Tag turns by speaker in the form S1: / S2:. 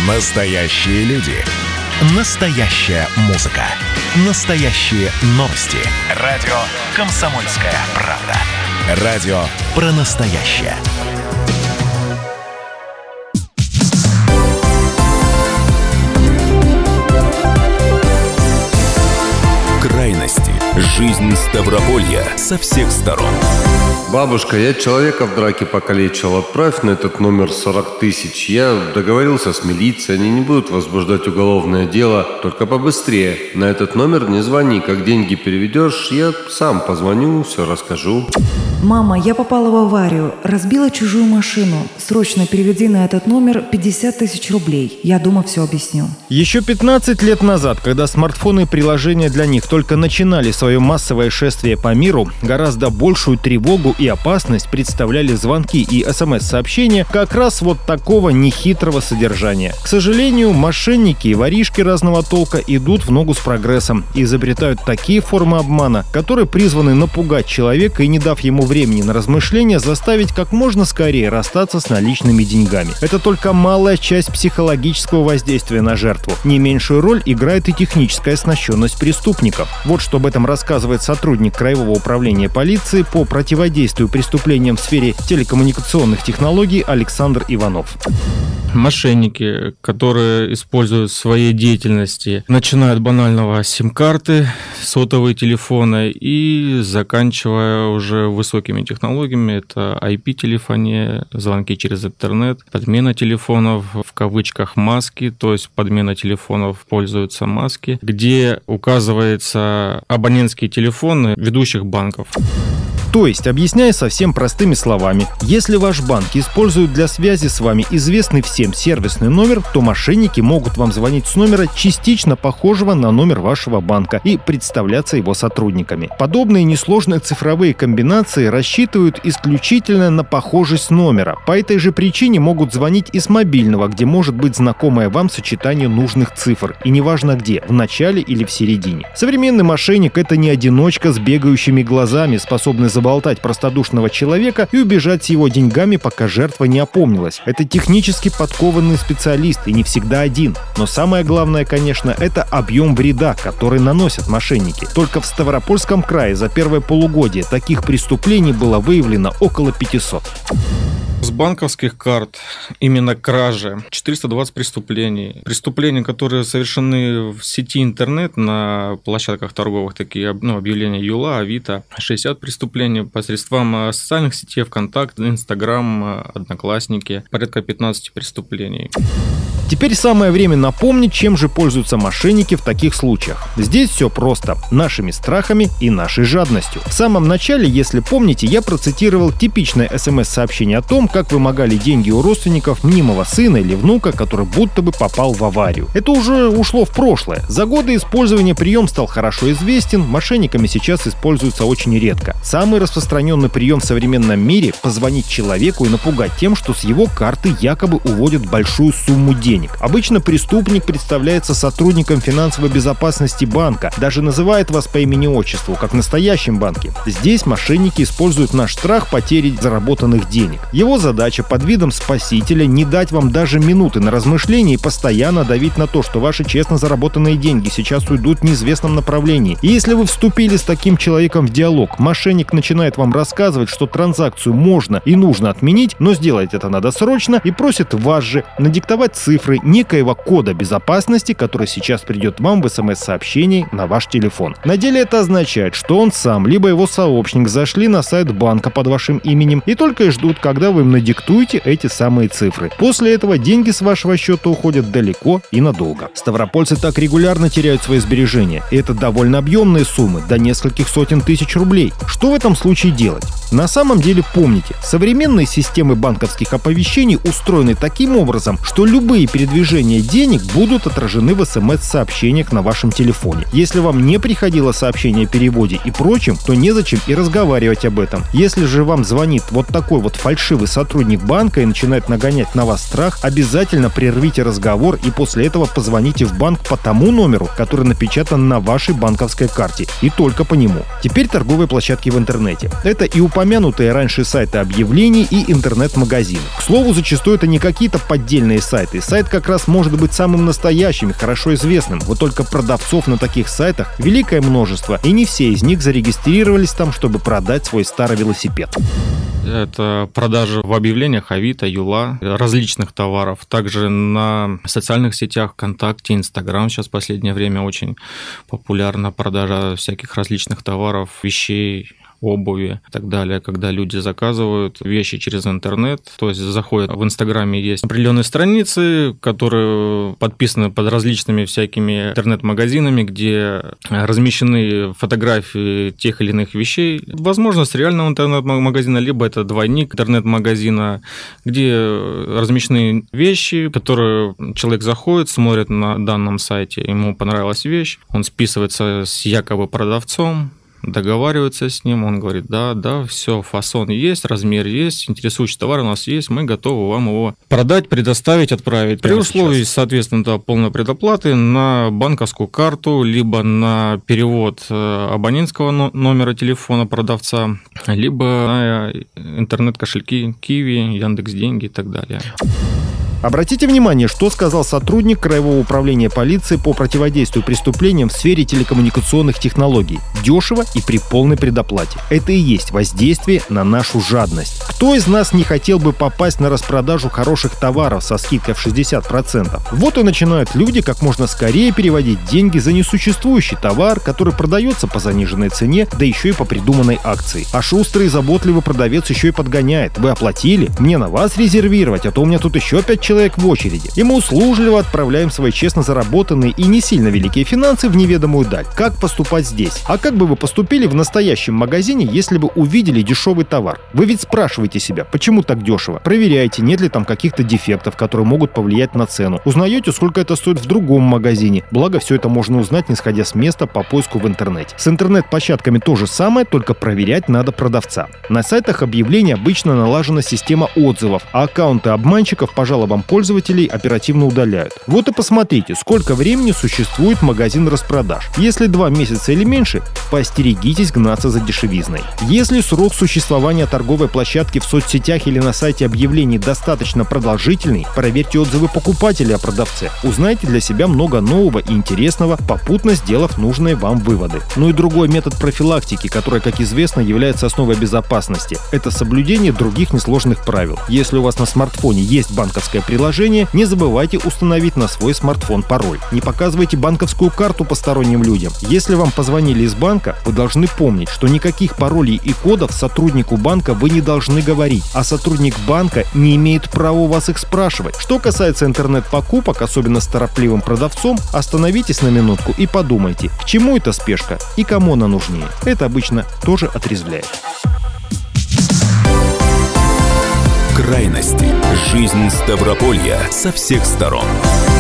S1: Настоящие люди. Настоящая музыка. Настоящие новости. Радио «Комсомольская правда». Радио про настоящее. Крайности. Жизнь Ставрополья со всех сторон.
S2: Бабушка, я человека в драке покалечил. Отправь на этот номер 40 тысяч. Я договорился с милицией. Они не будут возбуждать уголовное дело. Только побыстрее. На этот номер не звони. Как деньги переведешь, я сам позвоню, все расскажу.
S3: Мама, я попала в аварию. Разбила чужую машину. Срочно переведи на этот номер 50 тысяч рублей. Я дома все объясню.
S4: Еще 15 лет назад, когда смартфоны и приложения для них только начинали свое массовое шествие по миру, гораздо большую тревогу и опасность представляли звонки и СМС-сообщения как раз вот такого нехитрого содержания. К сожалению, мошенники и воришки разного толка идут в ногу с прогрессом и изобретают такие формы обмана, которые призваны напугать человека и, не дав ему времени на размышления, заставить как можно скорее расстаться с наличными деньгами. Это только малая часть психологического воздействия на жертву. Не меньшую роль играет и техническая оснащенность преступников. Вот что об этом рассказывает сотрудник Краевого управления полиции по противодействию преступлениям в сфере телекоммуникационных технологий Александр Иванов.
S5: Мошенники, которые используют в своей деятельности, начиная от банального сим-карты, сотовые телефоны и заканчивая уже высокими технологиями, это IP-телефония, звонки через интернет, подмена телефонов, в кавычках маски, то есть подмена телефонов пользуются маски, где указываются абонентские телефоны ведущих банков.
S4: То есть, объясняя совсем простыми словами, если ваш банк использует для связи с вами известный всем сервисный номер, то мошенники могут вам звонить с номера, частично похожего на номер вашего банка, и представляться его сотрудниками. Подобные несложные цифровые комбинации рассчитывают исключительно на похожесть номера. По этой же причине могут звонить и с мобильного, где может быть знакомое вам сочетание нужных цифр, и неважно где, в начале или в середине. Современный мошенник — это не одиночка с бегающими глазами, способный заболтать простодушного человека и убежать с его деньгами, пока жертва не опомнилась. Это технически подкованный специалист, и не всегда один. Но самое главное, конечно, это объем вреда, который наносят мошенники. Только в Ставропольском крае за первое полугодие таких преступлений было выявлено около 500.
S5: С банковских карт именно кражи 420 преступлений. Преступления, которые совершены в сети интернет на площадках торговых, такие объявления Юла, Авито. 60 преступлений посредством социальных сетей ВКонтакте, Инстаграм, Одноклассники. Порядка 15 преступлений.
S4: Теперь самое время напомнить, чем же пользуются мошенники в таких случаях. Здесь все просто. Нашими страхами и нашей жадностью. В самом начале, если помните, я процитировал типичное СМС-сообщение о том, как вымогали деньги у родственников мнимого сына или внука, который будто бы попал в аварию. Это уже ушло в прошлое. За годы использования прием стал хорошо известен, мошенниками сейчас используется очень редко. Самый распространенный прием в современном мире – позвонить человеку и напугать тем, что с его карты якобы уводят большую сумму денег. Обычно преступник представляется сотрудником финансовой безопасности банка, даже называет вас по имени-отчеству, как в настоящем банке. Здесь мошенники используют наш страх потери заработанных денег. Его задача под видом спасителя не дать вам даже минуты на размышление и постоянно давить на то, что ваши честно заработанные деньги сейчас уйдут в неизвестном направлении. И если вы вступили с таким человеком в диалог, мошенник начинает вам рассказывать, что транзакцию можно и нужно отменить, но сделать это надо срочно, и просит вас же надиктовать цифры некоего кода безопасности, который сейчас придет вам в СМС-сообщении на ваш телефон. На деле это означает, что он сам, либо его сообщник зашли на сайт банка под вашим именем и только и ждут, когда вы им надиктуете эти самые цифры. После этого деньги с вашего счета уходят далеко и надолго. Ставропольцы так регулярно теряют свои сбережения. И это довольно объемные суммы, до нескольких сотен тысяч рублей. Что в этом случае делать? На самом деле помните, современные системы банковских оповещений устроены таким образом, что любые передвижения денег будут отражены в СМС-сообщениях на вашем телефоне. Если вам не приходило сообщение о переводе и прочем, то незачем и разговаривать об этом. Если же вам звонит вот такой вот фальшивый сотрудник банка и начинает нагонять на вас страх, обязательно прервите разговор и после этого позвоните в банк по тому номеру, который напечатан на вашей банковской карте, и только по нему. Теперь торговые площадки в интернете. Это и упомянутые раньше сайты объявлений и интернет-магазины. К слову, зачастую это не какие-то поддельные сайты. Сайт как раз может быть самым настоящим и хорошо известным. Вот только продавцов на таких сайтах великое множество, и не все из них зарегистрировались там, чтобы продать свой старый велосипед.
S5: Это продажи в объявлениях Авито, Юла, различных товаров. Также на социальных сетях ВКонтакте, Инстаграм сейчас в последнее время очень популярна продажа всяких различных товаров, вещей, обуви и так далее, когда люди заказывают вещи через интернет, то есть заходят в Инстаграме, есть определенные страницы, которые подписаны под различными всякими интернет-магазинами, где размещены фотографии тех или иных вещей. Возможно, с реального интернет-магазина, либо это двойник интернет-магазина, где размещены вещи, которые человек заходит, смотрит на данном сайте, ему понравилась вещь, он списывается с якобы продавцом, договариваются с ним, он говорит, да, все, фасон есть, размер есть, интересующий товар у нас есть, мы готовы вам его продать, предоставить, отправить. При условии, соответственно, полной предоплаты на банковскую карту, либо на перевод абонентского номера телефона продавца, либо на интернет-кошельки Киви, Яндекс.Деньги и так далее.
S4: Обратите внимание, что сказал сотрудник Краевого управления полиции по противодействию преступлениям в сфере телекоммуникационных технологий. Дешево и при полной предоплате. Это и есть воздействие на нашу жадность. Кто из нас не хотел бы попасть на распродажу хороших товаров со скидкой в 60%? Вот и начинают люди как можно скорее переводить деньги за несуществующий товар, который продается по заниженной цене, да еще и по придуманной акции. А шустрый и заботливый продавец еще и подгоняет. Вы оплатили? Мне на вас резервировать, а то у меня тут еще 5 человек в очереди. И мы услужливо отправляем свои честно заработанные и не сильно великие финансы в неведомую даль. Как поступать здесь? А как бы вы поступили в настоящем магазине, если бы увидели дешевый товар? Вы ведь спрашиваете себя, почему так дешево? Проверяете, нет ли там каких-то дефектов, которые могут повлиять на цену. Узнаете, сколько это стоит в другом магазине. Благо, все это можно узнать, не сходя с места по поиску в интернете. С интернет-площадками то же самое, только проверять надо продавца. На сайтах объявлений обычно налажена система отзывов, а аккаунты обманщиков по жалобам пользователей оперативно удаляют. Вот и посмотрите, сколько времени существует магазин распродаж. Если 2 месяца или меньше, поостерегитесь гнаться за дешевизной. Если срок существования торговой площадки в соцсетях или на сайте объявлений достаточно продолжительный, проверьте отзывы покупателей о продавце. Узнайте для себя много нового и интересного, попутно сделав нужные вам выводы. Ну и другой метод профилактики, который, как известно, является основой безопасности, это соблюдение других несложных правил. Если у вас на смартфоне есть банковское приложение, не забывайте установить на свой смартфон пароль. Не показывайте банковскую карту посторонним людям. Если вам позвонили из банка, вы должны помнить, что никаких паролей и кодов сотруднику банка вы не должны говорить, а сотрудник банка не имеет права вас их спрашивать. Что касается интернет-покупок, особенно с торопливым продавцом, остановитесь на минутку и подумайте, к чему эта спешка и кому она нужнее. Это обычно тоже отрезвляет.
S1: Крайности. Жизнь Ставрополья со всех сторон.